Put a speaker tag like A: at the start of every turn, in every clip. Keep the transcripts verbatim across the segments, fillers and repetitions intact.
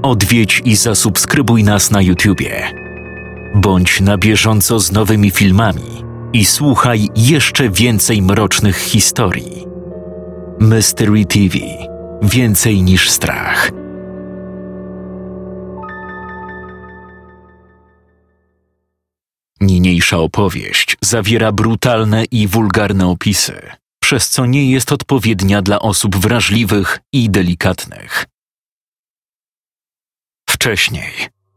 A: Odwiedź i zasubskrybuj nas na YouTubie. Bądź na bieżąco z nowymi filmami i słuchaj jeszcze więcej mrocznych historii. Mystery T V. Więcej niż strach. Niniejsza opowieść zawiera brutalne i wulgarne opisy, przez co nie jest odpowiednia dla osób wrażliwych i delikatnych. Wcześniej.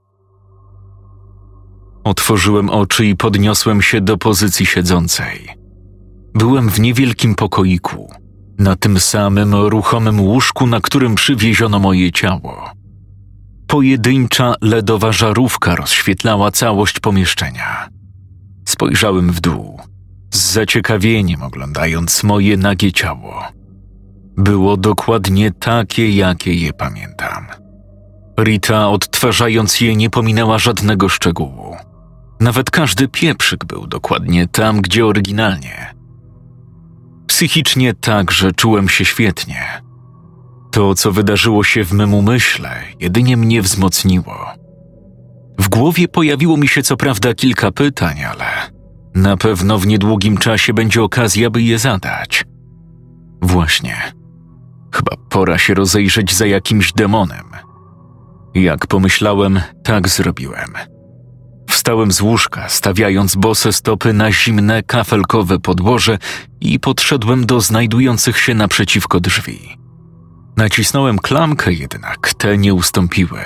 A: Otworzyłem oczy i podniosłem się do pozycji siedzącej. Byłem w niewielkim pokoiku, na tym samym ruchomym łóżku, na którym przywieziono moje ciało. Pojedyncza ledowa żarówka rozświetlała całość pomieszczenia. Spojrzałem w dół, z zaciekawieniem oglądając moje nagie ciało. Było dokładnie takie, jakie je pamiętam. Rita, odtwarzając je, nie pominęła żadnego szczegółu. Nawet każdy pieprzyk był dokładnie tam, gdzie oryginalnie. Psychicznie także czułem się świetnie. To, co wydarzyło się w mym umyśle, jedynie mnie wzmocniło. W głowie pojawiło mi się co prawda kilka pytań, ale na pewno w niedługim czasie będzie okazja, by je zadać. Właśnie. Chyba pora się rozejrzeć za jakimś demonem. Jak pomyślałem, tak zrobiłem. Wstałem z łóżka, stawiając bose stopy na zimne, kafelkowe podłoże i podszedłem do znajdujących się naprzeciwko drzwi. Nacisnąłem klamkę, jednak te nie ustąpiły.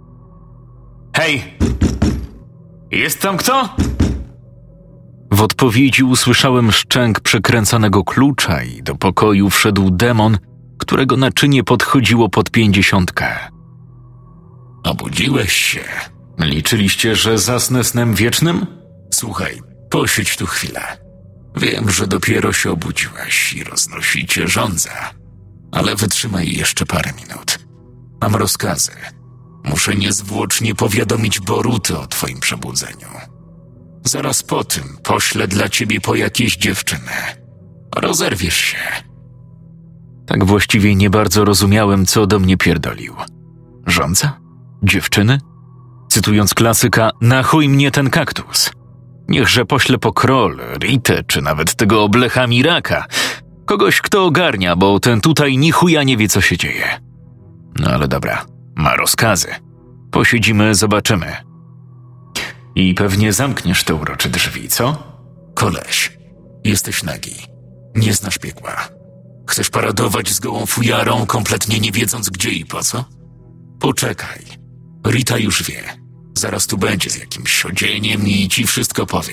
A: Hej! Jest tam kto? W odpowiedzi usłyszałem szczęk przekręcanego klucza i do pokoju wszedł demon, którego naczynie podchodziło pod pięćdziesiątkę. Obudziłeś się. Liczyliście, że zasnę snem wiecznym? Słuchaj, posiedź tu chwilę. Wiem, że dopiero się obudziłeś i roznosi cię żądza, ale wytrzymaj jeszcze parę minut. Mam rozkazy. Muszę niezwłocznie powiadomić Boruty o twoim przebudzeniu. Zaraz po tym poślę dla ciebie po jakieś dziewczyny. Rozerwiesz się. Tak właściwie nie bardzo rozumiałem, co do mnie pierdolił. Żądza? Dziewczyny? Cytując klasyka, na chuj mnie ten kaktus. Niechże pośle po Kroll, Ritę, czy nawet tego oblecha Miraka. Kogoś, kto ogarnia, bo ten tutaj ni chuja nie wie, co się dzieje. No ale dobra, ma rozkazy. Posiedzimy, zobaczymy. I pewnie zamkniesz te urocze drzwi, co? Koleś, jesteś nagi. Nie znasz piekła. Chcesz paradować z gołą fujarą, kompletnie nie wiedząc gdzie i po co? Poczekaj. Rita już wie. Zaraz tu będzie z jakimś odzieniem i ci wszystko powie.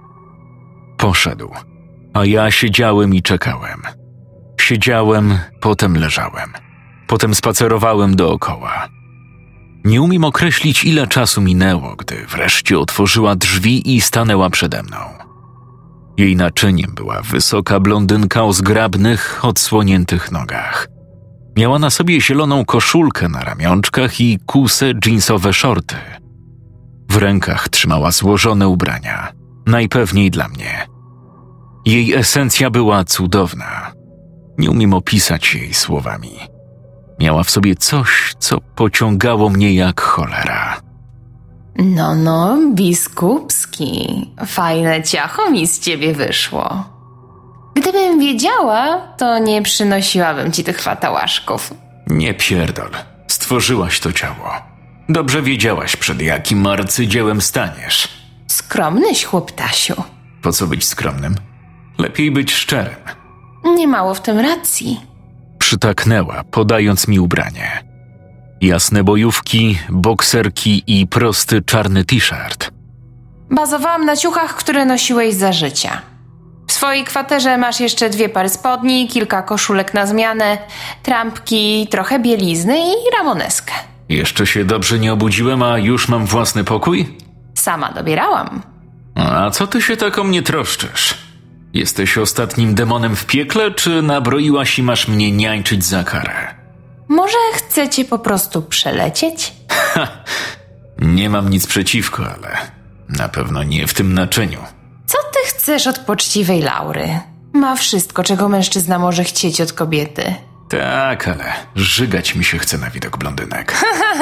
A: Poszedł, a ja siedziałem i czekałem. Siedziałem, potem leżałem. Potem spacerowałem dookoła. Nie umiem określić, ile czasu minęło, gdy wreszcie otworzyła drzwi i stanęła przede mną. Jej naczyniem była wysoka blondynka o zgrabnych, odsłoniętych nogach. Miała na sobie zieloną koszulkę na ramionczkach i kuse dżinsowe szorty. W rękach trzymała złożone ubrania, najpewniej dla mnie. Jej esencja była cudowna. Nie umiem opisać jej słowami. Miała w sobie coś, co pociągało mnie jak cholera.
B: No, no, biskupski. Fajne ciacho mi z ciebie wyszło. Gdybym wiedziała, to nie przynosiłabym ci tych fatałaszków.
A: Nie pierdol. Stworzyłaś to ciało. Dobrze wiedziałaś, przed jakim arcydziełem staniesz.
B: Skromnyś, chłoptasiu.
A: Po co być skromnym? Lepiej być szczerym.
B: Nie mało w tym racji.
A: Przytaknęła, podając mi ubranie. Jasne bojówki, bokserki i prosty czarny t-shirt.
B: Bazowałam na ciuchach, które nosiłeś za życia. W swojej kwaterze masz jeszcze dwie pary spodni, kilka koszulek na zmianę, trampki, trochę bielizny i ramoneskę.
A: Jeszcze się dobrze nie obudziłem, a już mam własny pokój?
B: Sama dobierałam.
A: A co ty się tak o mnie troszczysz? Jesteś ostatnim demonem w piekle, czy nabroiłaś i masz mnie niańczyć za karę?
B: Może chcecie po prostu przelecieć?
A: Ha! Nie mam nic przeciwko, ale na pewno nie w tym naczyniu.
B: Co ty chcesz od poczciwej Laury? Ma wszystko, czego mężczyzna może chcieć od kobiety.
A: Tak, ale żygać mi się chce na widok blondynek.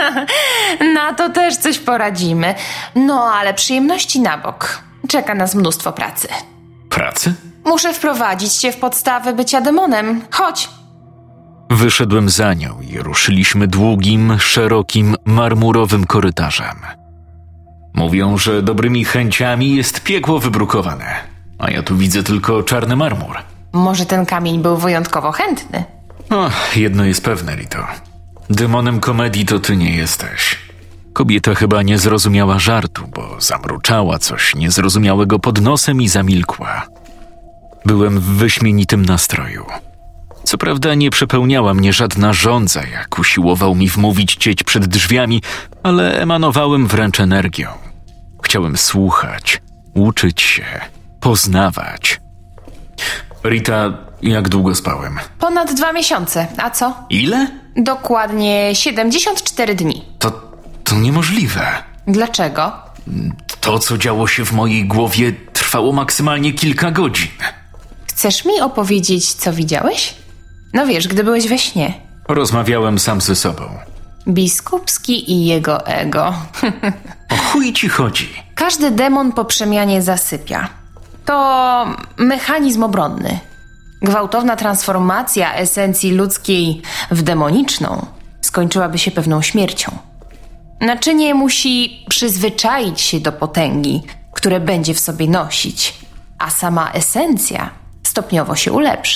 B: Na to też coś poradzimy. No, ale przyjemności na bok. Czeka nas mnóstwo pracy.
A: Pracy?
B: Muszę wprowadzić cię w podstawy bycia demonem. Chodź.
A: Wyszedłem za nią i ruszyliśmy długim, szerokim, marmurowym korytarzem. Mówią, że dobrymi chęciami jest piekło wybrukowane, a ja tu widzę tylko czarny marmur.
B: Może ten kamień był wyjątkowo chętny?
A: O, jedno jest pewne, Rito. Demonem komedii to ty nie jesteś. Kobieta chyba nie zrozumiała żartu, bo zamruczała coś niezrozumiałego pod nosem i zamilkła. Byłem w wyśmienitym nastroju. Co prawda nie przepełniała mnie żadna żądza, jak usiłował mi wmówić cieć przed drzwiami, ale emanowałem wręcz energią. Chciałem słuchać, uczyć się, poznawać. Rita, jak długo spałem?
B: Ponad dwa miesiące. A co?
A: Ile?
B: Dokładnie siedemdziesiąt cztery dni.
A: To, to niemożliwe.
B: Dlaczego?
A: To, co działo się w mojej głowie, trwało maksymalnie kilka godzin.
B: Chcesz mi opowiedzieć, co widziałeś? No wiesz, gdy byłeś we śnie.
A: Rozmawiałem sam ze sobą.
B: Biskupski i jego ego.
A: O chuj ci chodzi?
B: Każdy demon po przemianie zasypia. To mechanizm obronny. Gwałtowna transformacja esencji ludzkiej w demoniczną skończyłaby się pewną śmiercią. Naczynie musi przyzwyczaić się do potęgi, które będzie w sobie nosić, a sama esencja stopniowo się ulepsza.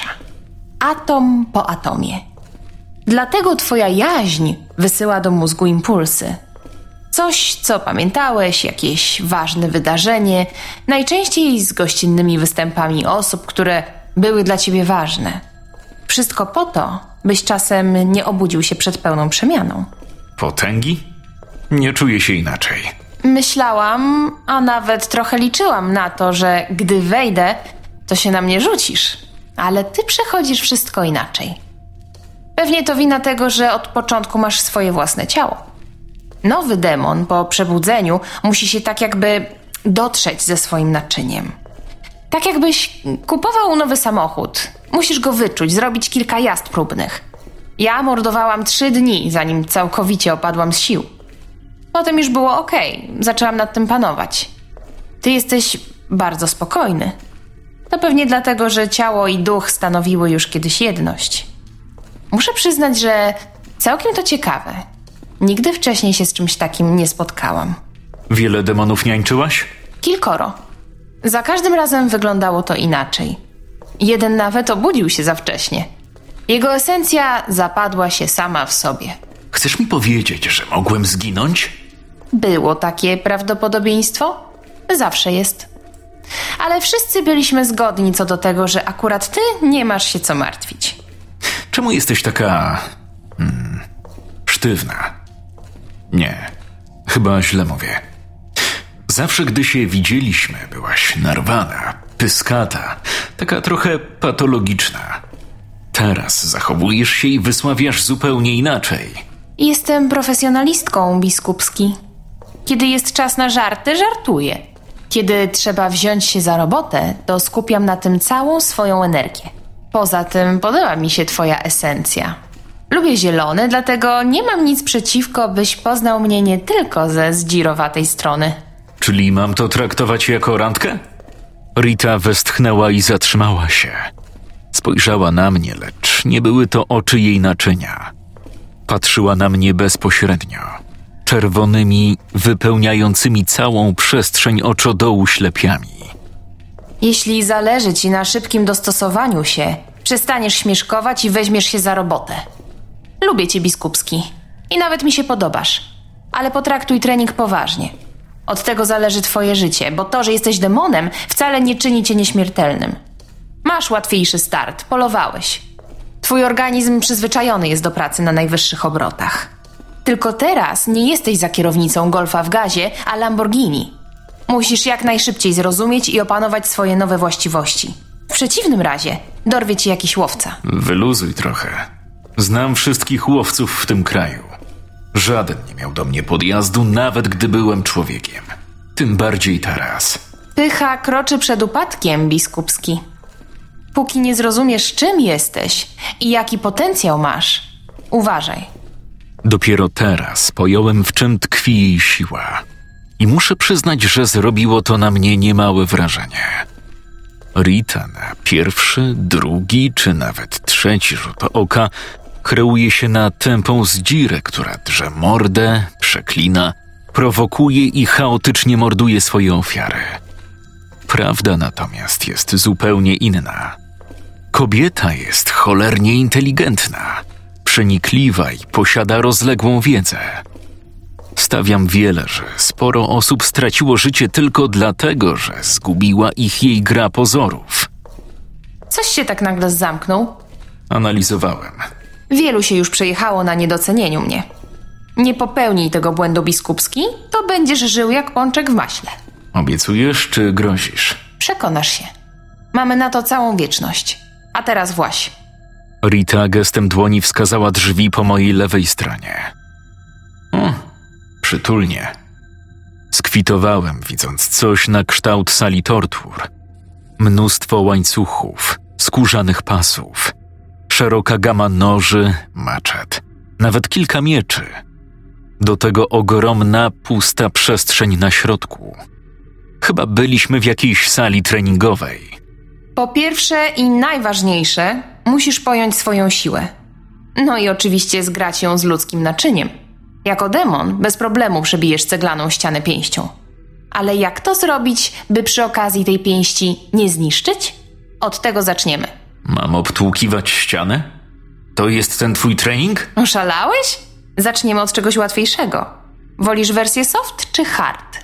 B: Atom po atomie. Dlatego twoja jaźń wysyła do mózgu impulsy. Coś, co pamiętałeś, jakieś ważne wydarzenie, najczęściej z gościnnymi występami osób, które były dla ciebie ważne. Wszystko po to, byś czasem nie obudził się przed pełną przemianą.
A: Potęgi? Nie czuję się inaczej.
B: Myślałam, a nawet trochę liczyłam na to, że gdy wejdę, to się na mnie rzucisz. Ale ty przechodzisz wszystko inaczej. Pewnie to wina tego, że od początku masz swoje własne ciało. Nowy demon po przebudzeniu musi się tak jakby dotrzeć ze swoim naczyniem. Tak jakbyś kupował nowy samochód. Musisz go wyczuć, zrobić kilka jazd próbnych. Ja mordowałam trzy dni, zanim całkowicie opadłam z sił. Potem już było okej, zaczęłam nad tym panować. Ty jesteś bardzo spokojny. To pewnie dlatego, że ciało i duch stanowiły już kiedyś jedność. Muszę przyznać, że całkiem to ciekawe. Nigdy wcześniej się z czymś takim nie spotkałam.
A: Wiele demonów niańczyłaś?
B: Kilkoro. Za każdym razem wyglądało to inaczej. Jeden nawet obudził się za wcześnie. Jego esencja zapadła się sama w sobie.
A: Chcesz mi powiedzieć, że mogłem zginąć?
B: Było takie prawdopodobieństwo? Zawsze jest. Ale wszyscy byliśmy zgodni co do tego, że akurat ty nie masz się co martwić.
A: Czemu jesteś taka... Hmm, sztywna? Nie, chyba źle mówię. Zawsze, gdy się widzieliśmy, byłaś narwana, pyskata, taka trochę patologiczna. Teraz zachowujesz się i wysławiasz zupełnie inaczej.
B: Jestem profesjonalistką, Biskupski. Kiedy jest czas na żarty, żartuję. Kiedy trzeba wziąć się za robotę, to skupiam na tym całą swoją energię. Poza tym podoba mi się twoja esencja. Lubię zielone, dlatego nie mam nic przeciwko, byś poznał mnie nie tylko ze zdzirowatej strony.
A: Czyli mam to traktować jako randkę? Rita westchnęła i zatrzymała się. Spojrzała na mnie, lecz nie były to oczy jej naczynia. Patrzyła na mnie bezpośrednio, czerwonymi, wypełniającymi całą przestrzeń oczodołu ślepiami.
B: Jeśli zależy ci na szybkim dostosowaniu się, przestaniesz śmieszkować i weźmiesz się za robotę. Lubię cię, Biskupski. I nawet mi się podobasz. Ale potraktuj trening poważnie. Od tego zależy twoje życie, bo to, że jesteś demonem, wcale nie czyni cię nieśmiertelnym. Masz łatwiejszy start, polowałeś. Twój organizm przyzwyczajony jest do pracy na najwyższych obrotach. Tylko teraz nie jesteś za kierownicą Golfa w gazie, a Lamborghini. Musisz jak najszybciej zrozumieć i opanować swoje nowe właściwości. W przeciwnym razie dorwie ci jakiś łowca.
A: Wyluzuj trochę. Znam wszystkich łowców w tym kraju. Żaden nie miał do mnie podjazdu, nawet gdy byłem człowiekiem. Tym bardziej teraz.
B: Pycha kroczy przed upadkiem, Biskupski. Póki nie zrozumiesz, czym jesteś i jaki potencjał masz, uważaj.
A: Dopiero teraz pojąłem, w czym tkwi jej siła. I muszę przyznać, że zrobiło to na mnie niemałe wrażenie. Rita na pierwszy, drugi czy nawet trzeci rzut oka kreuje się na tępą zdzirę, która drze mordę, przeklina, prowokuje i chaotycznie morduje swoje ofiary. Prawda natomiast jest zupełnie inna. Kobieta jest cholernie inteligentna, przenikliwa i posiada rozległą wiedzę. Stawiam wiele, że sporo osób straciło życie tylko dlatego, że zgubiła ich jej gra pozorów.
B: Coś się tak nagle zamknął.
A: Analizowałem.
B: Wielu się już przejechało na niedocenieniu mnie. Nie popełnij tego błędu, Biskupski, to będziesz żył jak pączek w maśle.
A: Obiecujesz czy grozisz?
B: Przekonasz się. Mamy na to całą wieczność. A teraz właś.
A: Rita gestem dłoni wskazała drzwi po mojej lewej stronie. O, przytulnie. Skwitowałem, widząc coś na kształt sali tortur. Mnóstwo łańcuchów, skórzanych pasów, szeroka gama noży, maczet, nawet kilka mieczy. Do tego ogromna, pusta przestrzeń na środku. Chyba byliśmy w jakiejś sali treningowej.
B: Po pierwsze i najważniejsze, musisz pojąć swoją siłę. No i oczywiście zgrać ją z ludzkim naczyniem. Jako demon bez problemu przebijesz ceglaną ścianę pięścią. Ale jak to zrobić, by przy okazji tej pięści nie zniszczyć? Od tego zaczniemy.
A: Mam obtłukiwać ścianę? To jest ten twój trening?
B: Oszalałeś? Zaczniemy od czegoś łatwiejszego. Wolisz wersję soft czy hard?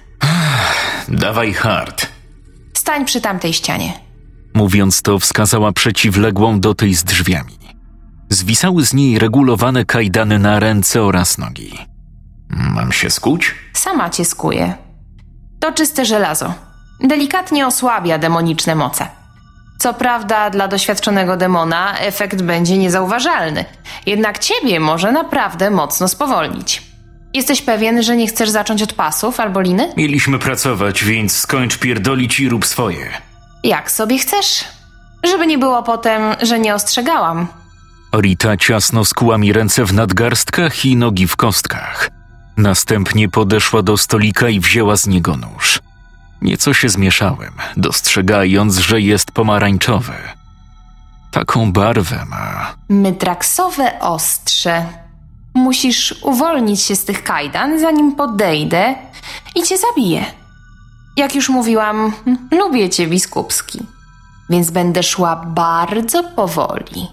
A: Dawaj hard.
B: Stań przy tamtej ścianie.
A: Mówiąc to, wskazała przeciwległą do tej z drzwiami. Zwisały z niej regulowane kajdany na ręce oraz nogi. Mam się skuć?
B: Sama cię skuje. To czyste żelazo. Delikatnie osłabia demoniczne moce. Co prawda, dla doświadczonego demona efekt będzie niezauważalny. Jednak ciebie może naprawdę mocno spowolnić. Jesteś pewien, że nie chcesz zacząć od pasów albo liny?
A: Mieliśmy pracować, więc skończ pierdolić i rób swoje.
B: Jak sobie chcesz. Żeby nie było potem, że nie ostrzegałam.
A: Rita ciasno skuła mi ręce w nadgarstkach i nogi w kostkach. Następnie podeszła do stolika i wzięła z niego nóż. Nieco się zmieszałem, dostrzegając, że jest pomarańczowy. Taką barwę ma.
B: Mytraksowe ostrze. Musisz uwolnić się z tych kajdan, zanim podejdę i cię zabiję. Jak już mówiłam, lubię cię, Biskupski, więc będę szła bardzo powoli.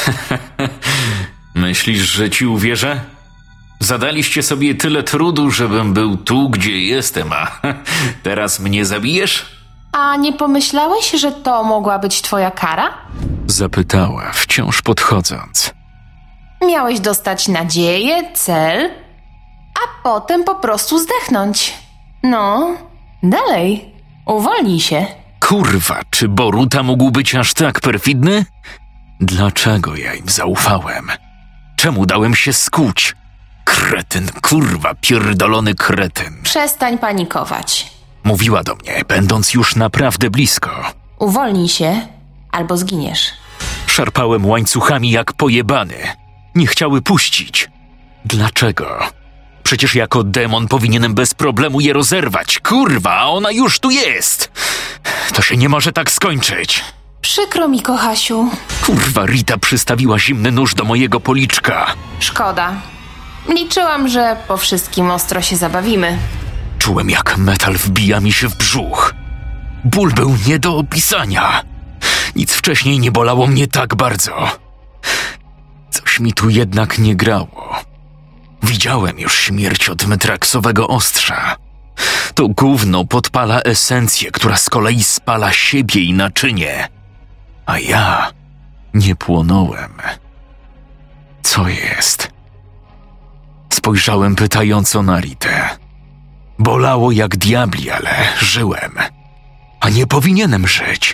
A: Myślisz, że ci uwierzę? Zadaliście sobie tyle trudu, żebym był tu, gdzie jestem, a teraz mnie zabijesz?
B: A nie pomyślałeś, że to mogła być twoja kara?
A: Zapytała, wciąż podchodząc.
B: Miałeś dostać nadzieję, cel, a potem po prostu zdechnąć. No, dalej, uwolnij się.
A: Kurwa, czy Boruta mógł być aż tak perfidny? Dlaczego ja im zaufałem? Czemu dałem się skuć? Kretyn, kurwa, pierdolony kretyn.
B: Przestań panikować.
A: Mówiła do mnie, będąc już naprawdę blisko.
B: Uwolnij się, albo zginiesz.
A: Szarpałem łańcuchami jak pojebany. Nie chciały puścić. Dlaczego? Przecież jako demon powinienem bez problemu je rozerwać. Kurwa, a ona już tu jest. To się nie może tak skończyć.
B: Przykro mi, kochasiu.
A: Kurwa, Rita przystawiła zimny nóż do mojego policzka.
B: Szkoda. Liczyłam, że po wszystkim ostro się zabawimy.
A: Czułem, jak metal wbija mi się w brzuch. Ból był nie do opisania. Nic wcześniej nie bolało mnie tak bardzo. Coś mi tu jednak nie grało. Widziałem już śmierć od mytraksowego ostrza. To gówno podpala esencję, która z kolei spala siebie i naczynie. A ja nie płonąłem. Co jest? Spojrzałem pytająco na Ritę. Bolało jak diabli, ale żyłem. A nie powinienem żyć.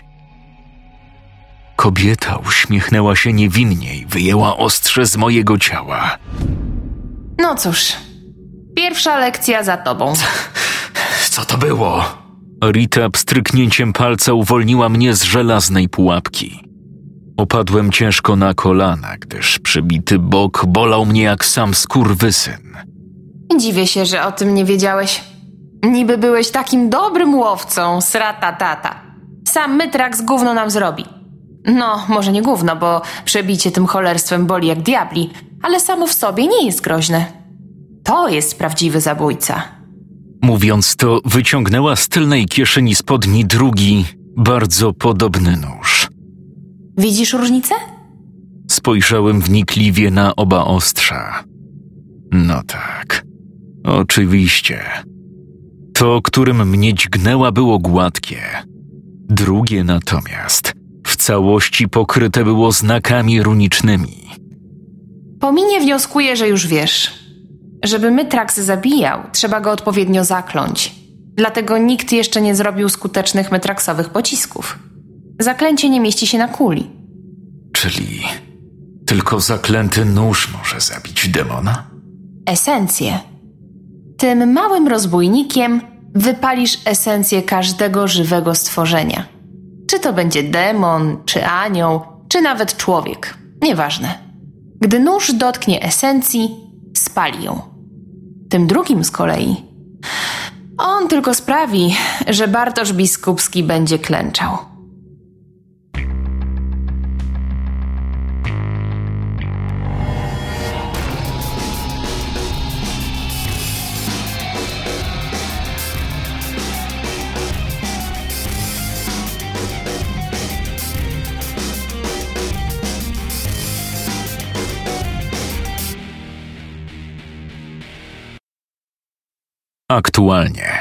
A: Kobieta uśmiechnęła się niewinnie i wyjęła ostrze z mojego ciała.
B: No cóż, pierwsza lekcja za tobą.
A: Co to było? Rita pstryknięciem palca uwolniła mnie z żelaznej pułapki. Opadłem ciężko na kolana, gdyż przybity bok bolał mnie jak sam skurwysyn.
B: Dziwię się, że o tym nie wiedziałeś. Niby byłeś takim dobrym łowcą, srata tata. Sam Mytrax gówno nam zrobi. No, może nie gówno, bo przebicie tym cholerstwem boli jak diabli, ale samo w sobie nie jest groźne. To jest prawdziwy zabójca.
A: Mówiąc to, wyciągnęła z tylnej kieszeni spodni drugi, bardzo podobny nóż.
B: Widzisz różnicę?
A: Spojrzałem wnikliwie na oba ostrza. No tak, oczywiście. To, którym mnie dźgnęła, było gładkie. Drugie natomiast w całości pokryte było znakami runicznymi.
B: Po minie wnioskuję, że już wiesz. Żeby Mytrax zabijał, trzeba go odpowiednio zakląć. Dlatego nikt jeszcze nie zrobił skutecznych mytraxowych pocisków. Zaklęcie nie mieści się na kuli.
A: Czyli tylko zaklęty nóż może zabić demona?
B: Esencję. Tym małym rozbójnikiem wypalisz esencję każdego żywego stworzenia. Czy to będzie demon, czy anioł, czy nawet człowiek. Nieważne. Gdy nóż dotknie esencji, spali ją. Tym drugim z kolei on tylko sprawi, że Bartosz Biskupski będzie klęczał.
A: Aktualnie.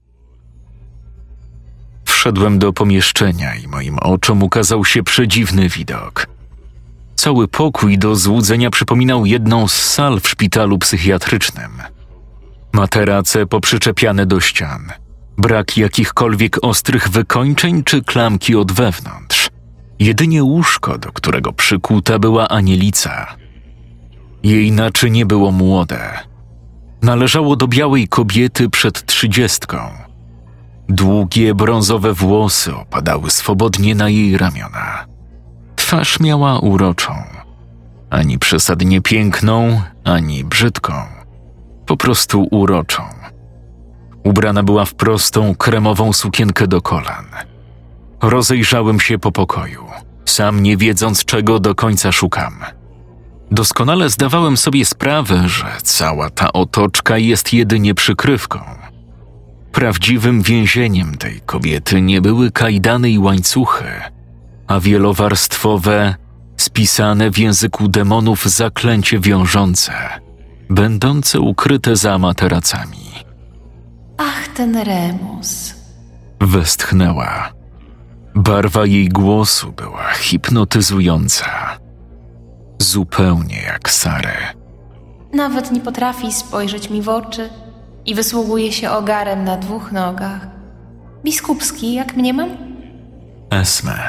A: Wszedłem do pomieszczenia i moim oczom ukazał się przedziwny widok. Cały pokój do złudzenia przypominał jedną z sal w szpitalu psychiatrycznym. Materace poprzyczepiane do ścian, brak jakichkolwiek ostrych wykończeń czy klamki od wewnątrz. Jedynie łóżko, do którego przykuta była Anielica. Jej naczynie było młode. Należało do białej kobiety przed trzydziestką. Długie, brązowe włosy opadały swobodnie na jej ramiona. Twarz miała uroczą. Ani przesadnie piękną, ani brzydką. Po prostu uroczą. Ubrana była w prostą, kremową sukienkę do kolan. Rozejrzałem się po pokoju, sam nie wiedząc, czego do końca szukam. Doskonale zdawałem sobie sprawę, że cała ta otoczka jest jedynie przykrywką. Prawdziwym więzieniem tej kobiety nie były kajdany i łańcuchy, a wielowarstwowe, spisane w języku demonów zaklęcie wiążące, będące ukryte za materacami.
B: Ach, ten Remus.
A: Westchnęła. Barwa jej głosu była hipnotyzująca. Zupełnie jak Sary.
B: Nawet nie potrafi spojrzeć mi w oczy i wysługuje się ogarem na dwóch nogach. Biskupski, jak mnie mam?
A: Esme.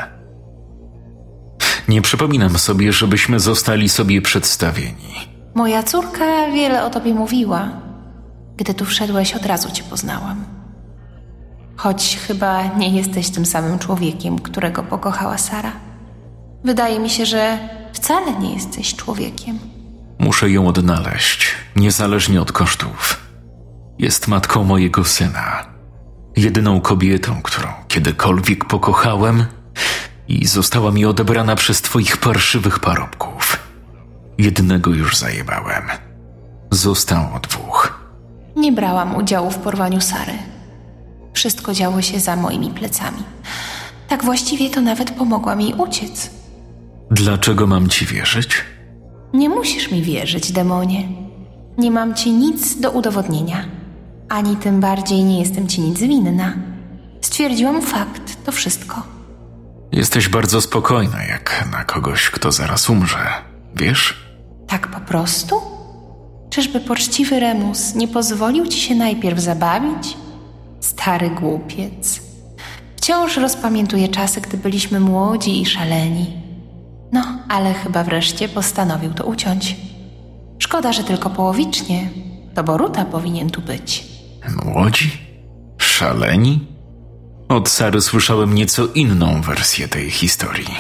A: Nie przypominam sobie, żebyśmy zostali sobie przedstawieni.
B: Moja córka wiele o tobie mówiła. Gdy tu wszedłeś, od razu cię poznałam. Choć chyba nie jesteś tym samym człowiekiem, którego pokochała Sara. Wydaje mi się, że wcale nie jesteś człowiekiem.
A: Muszę ją odnaleźć, niezależnie od kosztów. Jest matką mojego syna. Jedyną kobietą, którą kiedykolwiek pokochałem i została mi odebrana przez twoich parszywych parobków. Jednego już zajebałem. Zostało dwóch.
B: Nie brałam udziału w porwaniu Sary. Wszystko działo się za moimi plecami. Tak właściwie to nawet pomogłam jej uciec.
A: Dlaczego mam ci wierzyć?
B: Nie musisz mi wierzyć, demonie. Nie mam ci nic do udowodnienia. Ani tym bardziej nie jestem ci nic winna. Stwierdziłam fakt, to wszystko.
A: Jesteś bardzo spokojna, jak na kogoś, kto zaraz umrze. Wiesz?
B: Tak po prostu? Czyżby poczciwy Remus nie pozwolił ci się najpierw zabawić? Stary głupiec. Wciąż rozpamiętuję czasy, gdy byliśmy młodzi i szaleni. No, ale chyba wreszcie postanowił to uciąć. Szkoda, że tylko połowicznie. To Boruta powinien tu być.
A: Młodzi? Szaleni? Od Sary słyszałem nieco inną wersję tej historii.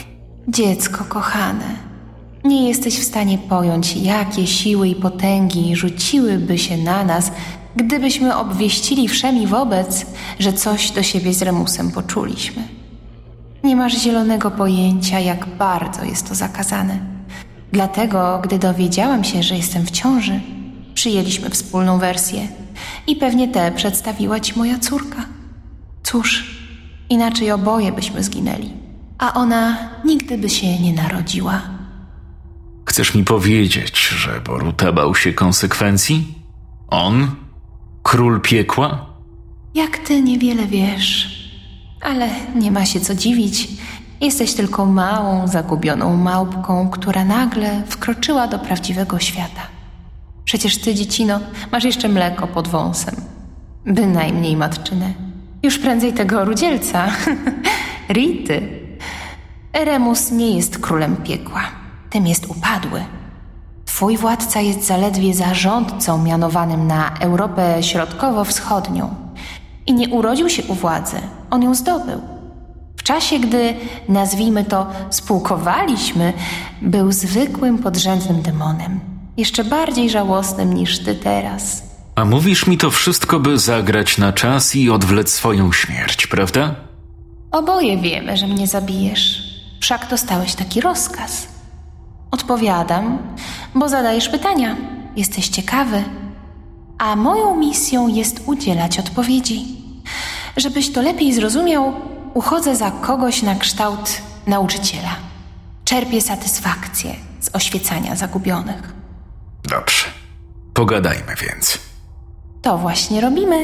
B: Dziecko kochane, nie jesteś w stanie pojąć, jakie siły i potęgi rzuciłyby się na nas, gdybyśmy obwieścili wszemi wobec, że coś do siebie z Remusem poczuliśmy. Nie masz zielonego pojęcia, jak bardzo jest to zakazane. Dlatego, gdy dowiedziałam się, że jestem w ciąży, przyjęliśmy wspólną wersję i pewnie tę przedstawiła ci moja córka. Cóż, inaczej oboje byśmy zginęli, a ona nigdy by się nie narodziła.
A: Chcesz mi powiedzieć, że Boruta bał się konsekwencji? On? Król piekła?
B: Jak ty niewiele wiesz, ale nie ma się co dziwić. Jesteś tylko małą, zagubioną małpką, która nagle wkroczyła do prawdziwego świata. Przecież ty, dziecino, masz jeszcze mleko pod wąsem. Bynajmniej matczynę. Już prędzej tego rudzielca. Rity. Remus nie jest królem piekła. Tym jest upadły. Twój władca jest zaledwie zarządcą mianowanym na Europę Środkowo-Wschodnią. I nie urodził się u władzy. On ją zdobył. W czasie, gdy, nazwijmy to, spółkowaliśmy, był zwykłym, podrzędnym demonem. Jeszcze bardziej żałosnym niż ty teraz.
A: A mówisz mi to wszystko, by zagrać na czas i odwlec swoją śmierć, prawda?
B: Oboje wiemy, że mnie zabijesz. Wszak dostałeś taki rozkaz. Odpowiadam, bo zadajesz pytania. Jesteś ciekawy. A moją misją jest udzielać odpowiedzi. Żebyś to lepiej zrozumiał, uchodzę za kogoś na kształt nauczyciela. Czerpię satysfakcję z oświecania zagubionych.
A: Dobrze. Pogadajmy więc.
B: To właśnie robimy.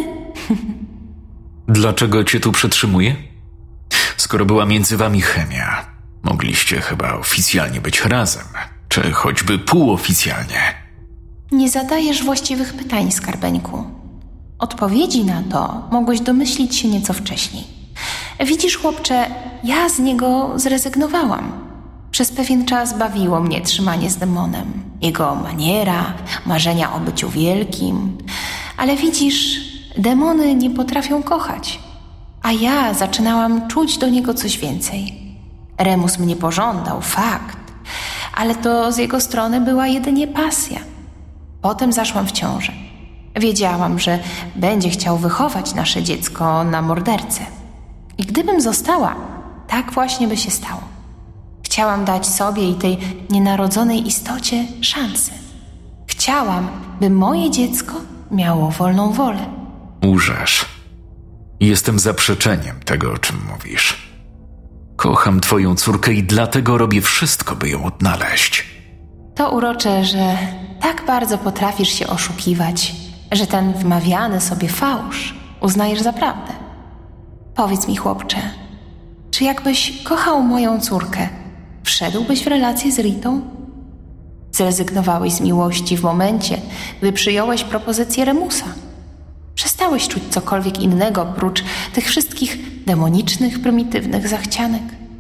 A: Dlaczego cię tu przetrzymuję? Skoro była między wami chemia, mogliście chyba oficjalnie być razem, czy choćby półoficjalnie.
B: Nie zadajesz właściwych pytań, skarbeńku. Odpowiedzi na to mogłeś domyślić się nieco wcześniej. Widzisz, chłopcze, ja z niego zrezygnowałam. Przez pewien czas bawiło mnie trzymanie z demonem. Jego maniera, marzenia o byciu wielkim. Ale widzisz, demony nie potrafią kochać. A ja zaczynałam czuć do niego coś więcej. Remus mnie pożądał, fakt. Ale to z jego strony była jedynie pasja. Potem zaszłam w ciążę. Wiedziałam, że będzie chciał wychować nasze dziecko na mordercę. I gdybym została, tak właśnie by się stało. Chciałam dać sobie i tej nienarodzonej istocie szansę. Chciałam, by moje dziecko miało wolną wolę.
A: Łżesz. Jestem zaprzeczeniem tego, o czym mówisz. Kocham twoją córkę i dlatego robię wszystko, by ją odnaleźć.
B: To urocze, że tak bardzo potrafisz się oszukiwać, że ten wmawiany sobie fałsz uznajesz za prawdę. Powiedz mi, chłopcze, czy jakbyś kochał moją córkę, wszedłbyś w relację z Ritą? Zrezygnowałeś z miłości w momencie, gdy przyjąłeś propozycję Remusa. Przestałeś czuć cokolwiek innego prócz tych wszystkich demonicznych, prymitywnych zachcianek.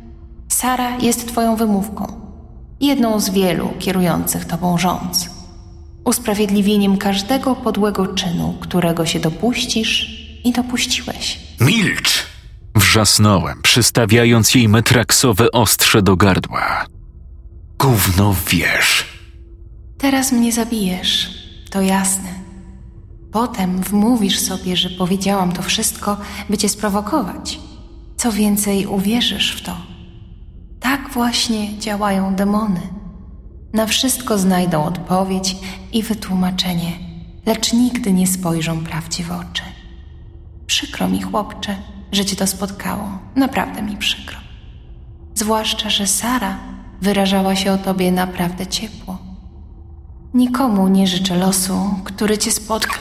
B: Sara jest twoją wymówką, jedną z wielu kierujących tobą rządz. Usprawiedliwieniem każdego podłego czynu, którego się dopuścisz i dopuściłeś.
A: Milcz! Wrzasnąłem, przystawiając jej metraksowe ostrze do gardła. Gówno wiesz.
B: Teraz mnie zabijesz, to jasne. Potem wmówisz sobie, że powiedziałam to wszystko, by cię sprowokować. Co więcej, uwierzysz w to. Tak właśnie działają demony. Na wszystko znajdą odpowiedź i wytłumaczenie, lecz nigdy nie spojrzą prawdzie w oczy. Przykro mi, chłopcze, że cię to spotkało. Naprawdę mi przykro. Zwłaszcza, że Sara wyrażała się o tobie naprawdę ciepło. Nikomu nie życzę losu, który cię spotka.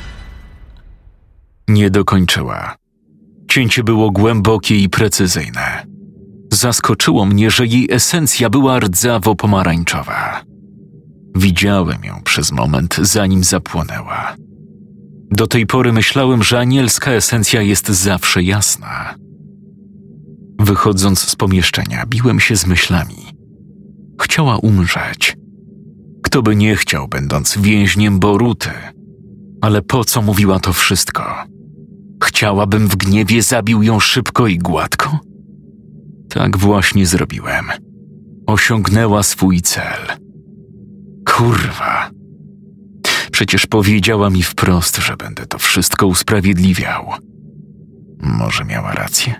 A: Nie dokończyła. Cięcie było głębokie i precyzyjne. Zaskoczyło mnie, że jej esencja była rdzawo-pomarańczowa. Widziałem ją przez moment, zanim zapłonęła. Do tej pory myślałem, że anielska esencja jest zawsze jasna. Wychodząc z pomieszczenia, biłem się z myślami. Chciała umrzeć. Kto by nie chciał, będąc więźniem Boruty? Ale po co mówiła to wszystko? Chciałabym w gniewie zabił ją szybko i gładko? Tak właśnie zrobiłem. osiągnęła swój cel. Kurwa. Przecież powiedziała mi wprost, że będę to wszystko usprawiedliwiał. Może miała rację?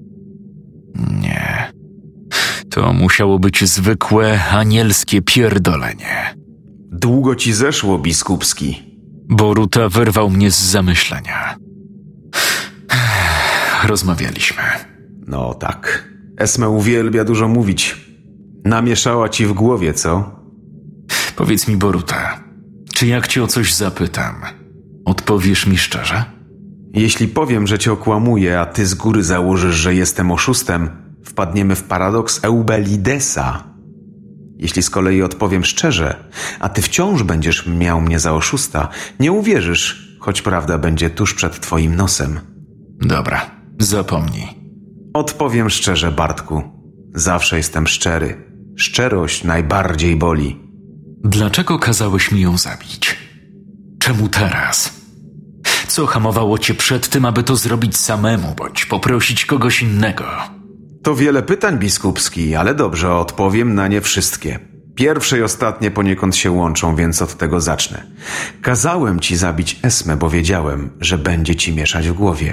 A: Nie. To musiało być zwykłe, anielskie pierdolenie.
C: Długo ci zeszło, biskupski.
A: Boruta wyrwał mnie z zamyślenia. Rozmawialiśmy.
C: No tak. Esme uwielbia dużo mówić. Namieszała ci w głowie, co?
A: Powiedz mi, Boruta, czy jak cię o coś zapytam, odpowiesz mi szczerze?
C: Jeśli powiem, że cię okłamuję, a ty z góry założysz, że jestem oszustem, wpadniemy w paradoks Eubelidesa. Jeśli z kolei odpowiem szczerze, a ty wciąż będziesz miał mnie za oszusta, nie uwierzysz, choć prawda będzie tuż przed twoim nosem.
A: Dobra, zapomnij.
C: Odpowiem szczerze, Bartku. Zawsze jestem szczery. Szczerość najbardziej boli.
A: Dlaczego kazałeś mi ją zabić? Czemu teraz? Co hamowało cię przed tym, aby to zrobić samemu, bądź poprosić kogoś innego?
C: To wiele pytań, biskupski, ale dobrze, odpowiem na nie wszystkie. Pierwsze i ostatnie poniekąd się łączą, więc od tego zacznę. Kazałem ci zabić Esmę, bo wiedziałem, że będzie ci mieszać w głowie.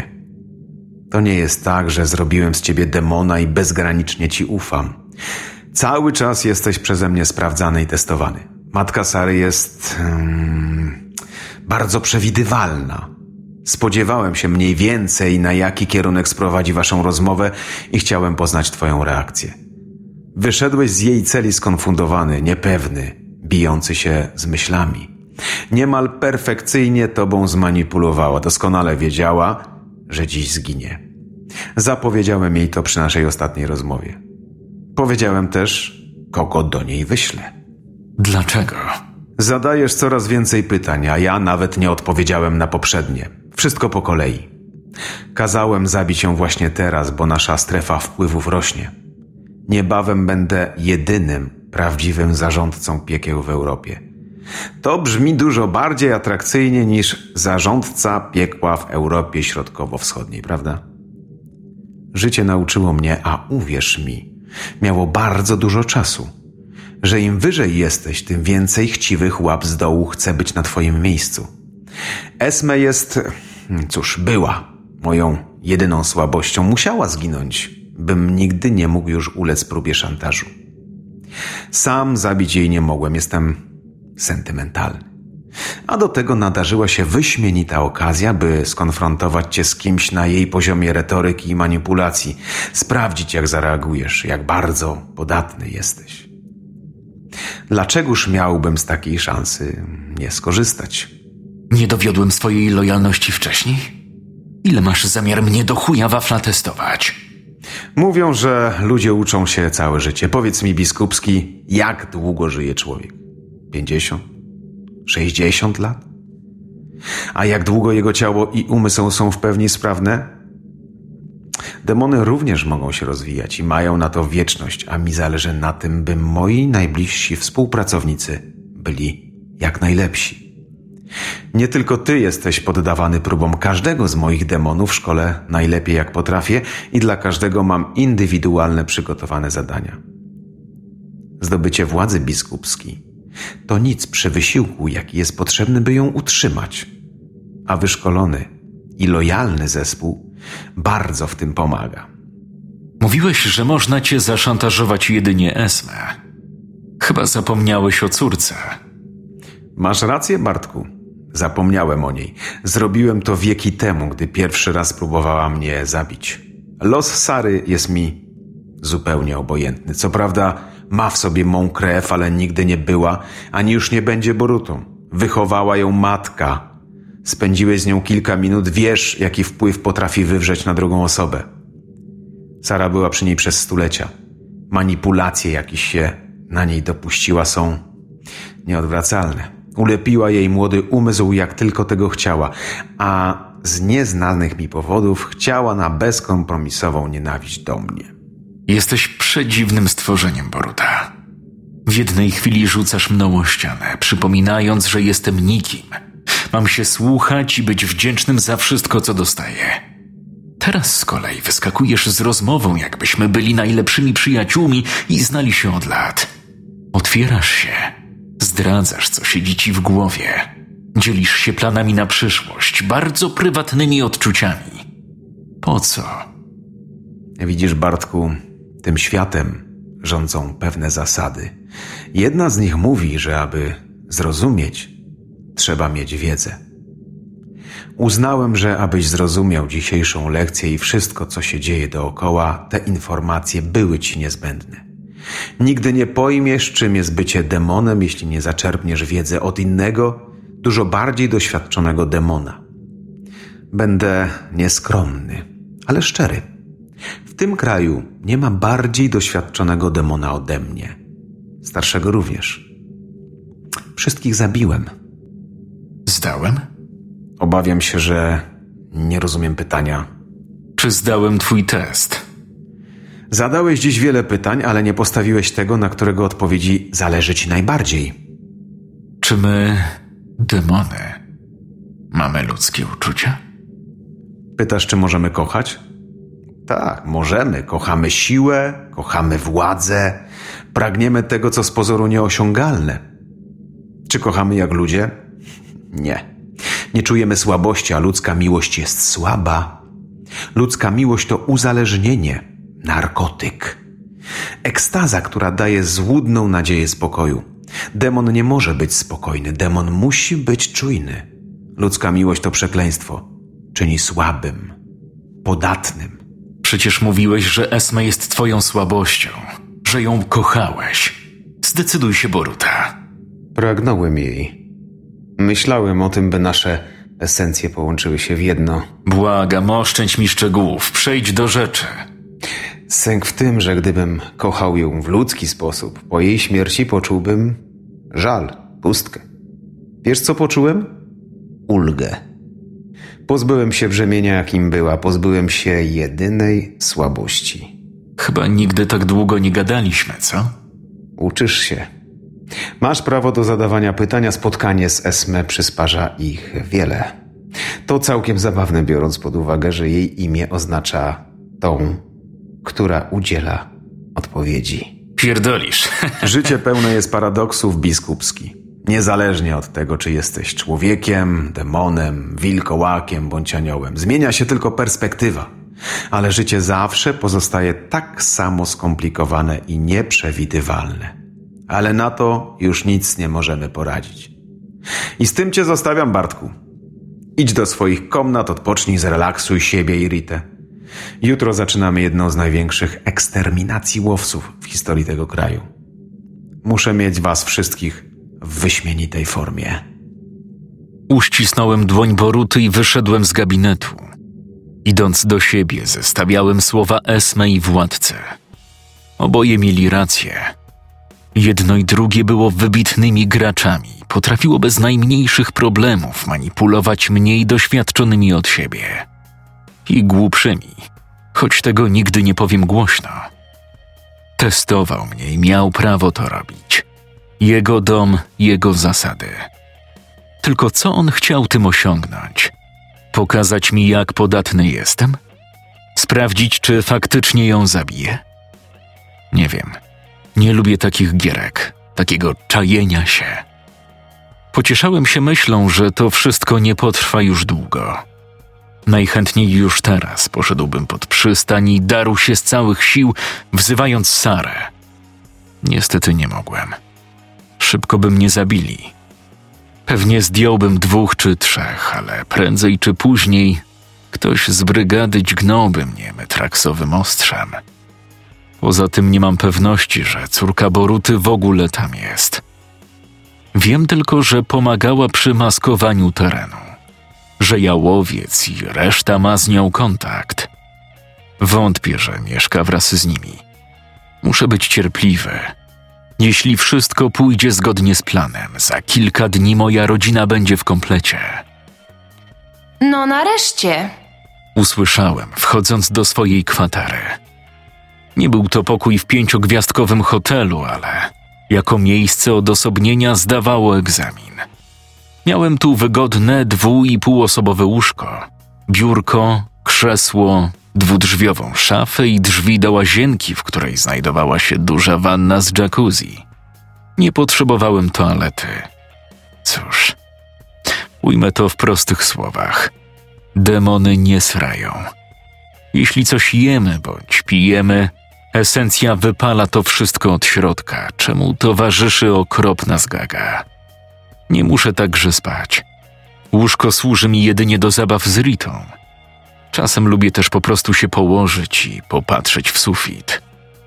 C: To nie jest tak, że zrobiłem z ciebie demona i bezgranicznie ci ufam. Cały czas jesteś przeze mnie sprawdzany i testowany. Matka Sary jest... Hmm, bardzo przewidywalna. Spodziewałem się mniej więcej, na jaki kierunek sprowadzi waszą rozmowę i chciałem poznać twoją reakcję. Wyszedłeś z jej celi skonfundowany, niepewny, bijący się z myślami. Niemal perfekcyjnie tobą zmanipulowała. Doskonale wiedziała, że dziś zginie. Zapowiedziałem jej to przy naszej ostatniej rozmowie. Powiedziałem też, kogo do niej wyślę.
A: Dlaczego?
C: Zadajesz coraz więcej pytań, a ja nawet nie odpowiedziałem na poprzednie. Wszystko po kolei. Kazałem zabić ją właśnie teraz, bo nasza strefa wpływów rośnie. Niebawem będę jedynym prawdziwym zarządcą piekieł w Europie. To brzmi dużo bardziej atrakcyjnie niż zarządca piekła w Europie Środkowo-Wschodniej, prawda? Życie nauczyło mnie, a uwierz mi, miało bardzo dużo czasu, że im wyżej jesteś, tym więcej chciwych łap z dołu chce być na twoim miejscu. Esme jest, cóż, była moją jedyną słabością. Musiała zginąć, bym nigdy nie mógł już ulec próbie szantażu. Sam zabić jej nie mogłem, jestem sentymentalny. A do tego nadarzyła się wyśmienita okazja, by skonfrontować cię z kimś na jej poziomie retoryki i manipulacji, sprawdzić, jak zareagujesz, jak bardzo podatny jesteś. Dlaczegoż miałbym z takiej szansy nie skorzystać?
A: Nie dowiodłem swojej lojalności wcześniej? Ile masz zamiar mnie do chuja wafla testować?
C: Mówią, że ludzie uczą się całe życie. Powiedz mi, biskupski, jak długo żyje człowiek? Pięćdziesiąt? Sześćdziesiąt lat? A jak długo jego ciało i umysł są w pełni sprawne? Demony również mogą się rozwijać i mają na to wieczność, a mi zależy na tym, by moi najbliżsi współpracownicy byli jak najlepsi. Nie tylko ty jesteś poddawany próbom każdego z moich demonów w szkole najlepiej jak potrafię i dla każdego mam indywidualne przygotowane zadania. Zdobycie władzy biskupskiej to nic przy wysiłku, jaki jest potrzebny, by ją utrzymać. A wyszkolony i lojalny zespół bardzo w tym pomaga.
A: Mówiłeś, że można cię zaszantażować jedynie Esmę. Chyba zapomniałeś o córce.
C: Masz rację, Bartku. Zapomniałem o niej. Zrobiłem to wieki temu, gdy pierwszy raz próbowała mnie zabić. Los Sary jest mi zupełnie obojętny. Co prawda ma w sobie mą krew, ale nigdy nie była, ani już nie będzie Borutą. Wychowała ją matka. Spędziłeś z nią kilka minut, wiesz, jaki wpływ potrafi wywrzeć na drugą osobę. Sara była przy niej przez stulecia. Manipulacje, jakieś się na niej dopuściła, są nieodwracalne. Ulepiła jej młody umysł, jak tylko tego chciała, a z nieznanych mi powodów chciała na bezkompromisową nienawiść do mnie.
A: Jesteś przedziwnym stworzeniem, Boruta. W jednej chwili rzucasz mną o ścianę, przypominając, że jestem nikim. Mam się słuchać i być wdzięcznym za wszystko, co dostaję. teraz z kolei wyskakujesz z rozmową, jakbyśmy byli najlepszymi przyjaciółmi i znali się od lat. Otwierasz się, zdradzasz, co siedzi ci w głowie. Dzielisz się planami na przyszłość, bardzo prywatnymi odczuciami. Po co?
C: Widzisz, Bartku, tym światem rządzą pewne zasady. Jedna z nich mówi, że aby zrozumieć, trzeba mieć wiedzę. Uznałem, że abyś zrozumiał dzisiejszą lekcję i wszystko, co się dzieje dookoła, te informacje były ci niezbędne. Nigdy nie pojmiesz, czym jest bycie demonem, jeśli nie zaczerpniesz wiedzy od innego, dużo bardziej doświadczonego demona. Będę nieskromny, ale szczery. W tym kraju nie ma bardziej doświadczonego demona ode mnie. Starszego również. Wszystkich zabiłem.
A: Zdałem?
C: Obawiam się, że nie rozumiem pytania.
A: Czy zdałem twój test?
C: Zadałeś dziś wiele pytań, ale nie postawiłeś tego, na którego odpowiedzi zależy ci najbardziej.
A: Czy my, demony, mamy ludzkie uczucia?
C: Pytasz, czy możemy kochać? Tak, możemy. Kochamy siłę, kochamy władzę, pragniemy tego, co z pozoru nieosiągalne. Czy kochamy jak ludzie? Nie. Nie czujemy słabości, a ludzka miłość jest słaba. Ludzka miłość to uzależnienie, narkotyk. Ekstaza, która daje złudną nadzieję spokoju. Demon nie może być spokojny, demon musi być czujny. Ludzka miłość to przekleństwo. Czyni słabym, podatnym.
A: Przecież mówiłeś, że Esme jest twoją słabością, że ją kochałeś. Zdecyduj się, Boruta.
C: Pragnąłem jej. Myślałem o tym, by nasze esencje połączyły się w jedno.
A: Błagam, oszczędź mi szczegółów, przejdź do rzeczy.
C: Sęk w tym, że gdybym kochał ją w ludzki sposób, po jej śmierci poczułbym żal, pustkę. Wiesz, co poczułem? Ulgę. Pozbyłem się brzemienia, jakim była, pozbyłem się jedynej słabości.
A: Chyba nigdy tak długo nie gadaliśmy, co?
C: Uczysz się. Masz prawo do zadawania pytania, spotkanie z Esme przysparza ich wiele. To całkiem zabawne, biorąc pod uwagę, że jej imię oznacza tą, która udziela odpowiedzi.
A: Pierdolisz.
C: Życie pełne jest paradoksów, biskupski. Niezależnie od tego, czy jesteś człowiekiem, demonem, wilkołakiem bądź aniołem. Zmienia się tylko perspektywa. Ale życie zawsze pozostaje tak samo skomplikowane i nieprzewidywalne. Ale na to już nic nie możemy poradzić. I z tym cię zostawiam, Bartku. Idź do swoich komnat, odpocznij, zrelaksuj siebie i Ritę. Jutro zaczynamy jedną z największych eksterminacji łowców w historii tego kraju. Muszę mieć was wszystkich w wyśmienitej formie.
A: Uścisnąłem dłoń Boruty i wyszedłem z gabinetu. Idąc do siebie, zestawiałem słowa Esme i władcy. Oboje mieli rację. Jedno i drugie było wybitnymi graczami. Potrafiło bez najmniejszych problemów manipulować mniej doświadczonymi od siebie. I głupszymi, choć tego nigdy nie powiem głośno. Testował mnie i miał prawo to robić. Jego dom, jego zasady. Tylko co on chciał tym osiągnąć? Pokazać mi, jak podatny jestem? Sprawdzić, czy faktycznie ją zabiję? Nie wiem. Nie lubię takich gierek, takiego czajenia się. Pocieszałem się myślą, że to wszystko nie potrwa już długo. Najchętniej już teraz poszedłbym pod przystań i darł się z całych sił, wzywając Sarę. Niestety nie mogłem. Szybko by mnie zabili. Pewnie zdjąłbym dwóch czy trzech, ale prędzej czy później ktoś z brygady dźgnąłby mnie metraksowym ostrzem. Poza tym nie mam pewności, że córka Boruty w ogóle tam jest. Wiem tylko, że pomagała przy maskowaniu terenu, że jałowiec i reszta ma z nią kontakt. Wątpię, że mieszka wraz z nimi. Muszę być cierpliwy. Jeśli wszystko pójdzie zgodnie z planem, za kilka dni moja rodzina będzie w komplecie.
B: No nareszcie.
A: Usłyszałem, wchodząc do swojej kwatery. Nie był to pokój w pięciogwiazdkowym hotelu, ale jako miejsce odosobnienia zdawało egzamin. Miałem tu wygodne dwu- i półosobowe łóżko, biurko, krzesło dwudrzwiową szafę i drzwi do łazienki, w której znajdowała się duża wanna z jacuzzi. Nie potrzebowałem toalety. Cóż, ujmę to w prostych słowach. Demony nie srają. Jeśli coś jemy bądź pijemy, esencja wypala to wszystko od środka, czemu towarzyszy okropna zgaga. Nie muszę także spać. Łóżko służy mi jedynie do zabaw z Ritą. Czasem lubię też po prostu się położyć i popatrzeć w sufit.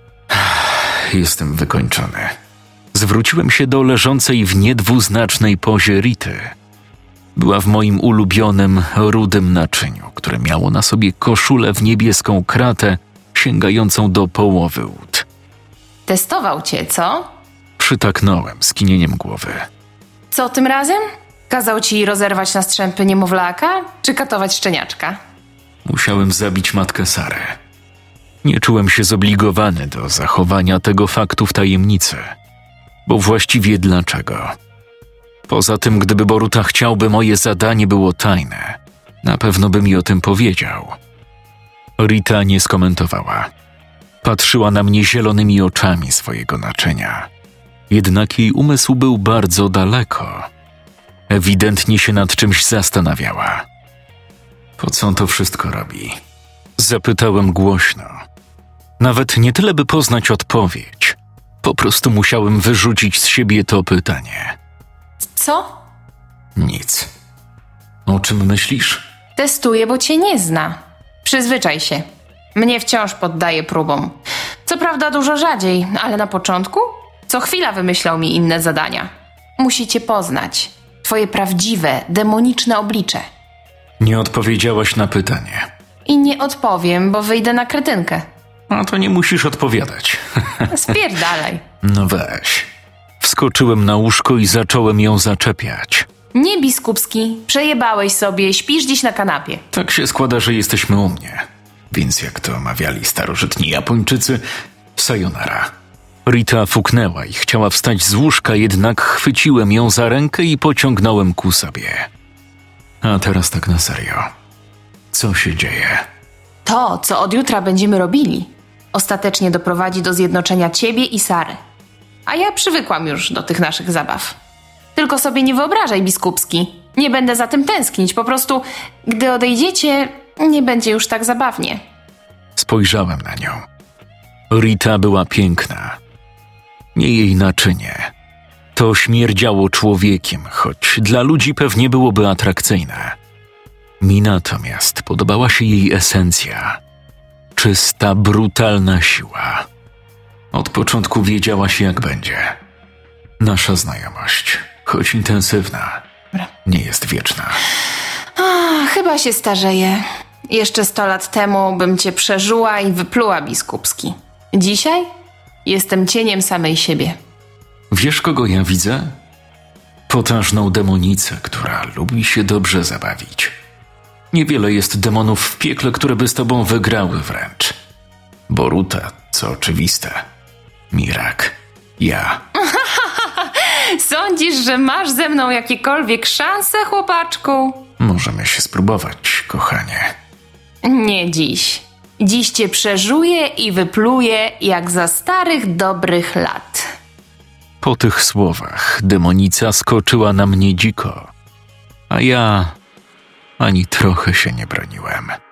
A: Jestem wykończony. Zwróciłem się do leżącej w niedwuznacznej pozie Rity. Była w moim ulubionym, rudym naczyniu, które miało na sobie koszulę w niebieską kratę, sięgającą do połowy ud.
B: Testował cię, co?
A: Przytaknąłem skinieniem głowy.
B: Co tym razem? Kazał ci rozerwać na strzępy niemowlaka, czy katować szczeniaczka?
A: Musiałem zabić matkę Sarę. Nie czułem się zobligowany do zachowania tego faktu w tajemnicy. Bo właściwie dlaczego? Poza tym, gdyby Boruta chciał, by moje zadanie było tajne, na pewno by mi o tym powiedział. Rita nie skomentowała. Patrzyła na mnie zielonymi oczami swojego naczynia. Jednak jej umysł był bardzo daleko. Ewidentnie się nad czymś zastanawiała. Po co on to wszystko robi? Zapytałem głośno. Nawet nie tyle, by poznać odpowiedź. Po prostu musiałem wyrzucić z siebie to pytanie.
B: Co?
A: Nic. O czym myślisz?
B: Testuję, bo cię nie zna. Przyzwyczaj się. Mnie wciąż poddaje próbom. Co prawda dużo rzadziej, ale na początku co chwila wymyślał mi inne zadania. Musi cię poznać. Twoje prawdziwe, demoniczne oblicze.
A: Nie odpowiedziałaś na pytanie.
B: I nie odpowiem, bo wyjdę na kretynkę.
A: No to nie musisz odpowiadać.
B: Spierdalaj.
A: No weź. Wskoczyłem na łóżko i zacząłem ją zaczepiać.
B: Nie, biskupski. Przejebałeś sobie, śpisz dziś na kanapie.
A: Tak się składa, że jesteśmy u mnie. Więc jak to mawiali starożytni Japończycy, sayonara. Rita fuknęła i chciała wstać z łóżka, jednak chwyciłem ją za rękę i pociągnąłem ku sobie. A teraz tak na serio. Co się dzieje?
B: To, co od jutra będziemy robili, ostatecznie doprowadzi do zjednoczenia ciebie i Sary. A ja przywykłam już do tych naszych zabaw. Tylko sobie nie wyobrażaj, biskupski. Nie będę za tym tęsknić. Po prostu, gdy odejdziecie, nie będzie już tak zabawnie.
A: Spojrzałem na nią. Rita była piękna. Nie jej naczynie. To śmierdziało człowiekiem, choć dla ludzi pewnie byłoby atrakcyjne. Mi natomiast podobała się jej esencja. Czysta, brutalna siła. Od początku wiedziałaś, jak będzie. Nasza znajomość, choć intensywna, nie jest wieczna.
B: A, chyba się starzeję. Jeszcze sto lat temu bym cię przeżuła i wypluła, biskupski. Dzisiaj jestem cieniem samej siebie.
A: Wiesz, kogo ja widzę? Potężną demonicę, która lubi się dobrze zabawić. Niewiele jest demonów w piekle, które by z tobą wygrały wręcz. Boruta, co oczywiste. Mirak. Ja.
B: Sądzisz, że masz ze mną jakiekolwiek szanse, chłopaczku?
A: Możemy się spróbować, kochanie.
B: Nie dziś. Dziś cię przeżuję i wypluję jak za starych, dobrych lat.
A: Po tych słowach demonica skoczyła na mnie dziko, a ja ani trochę się nie broniłem.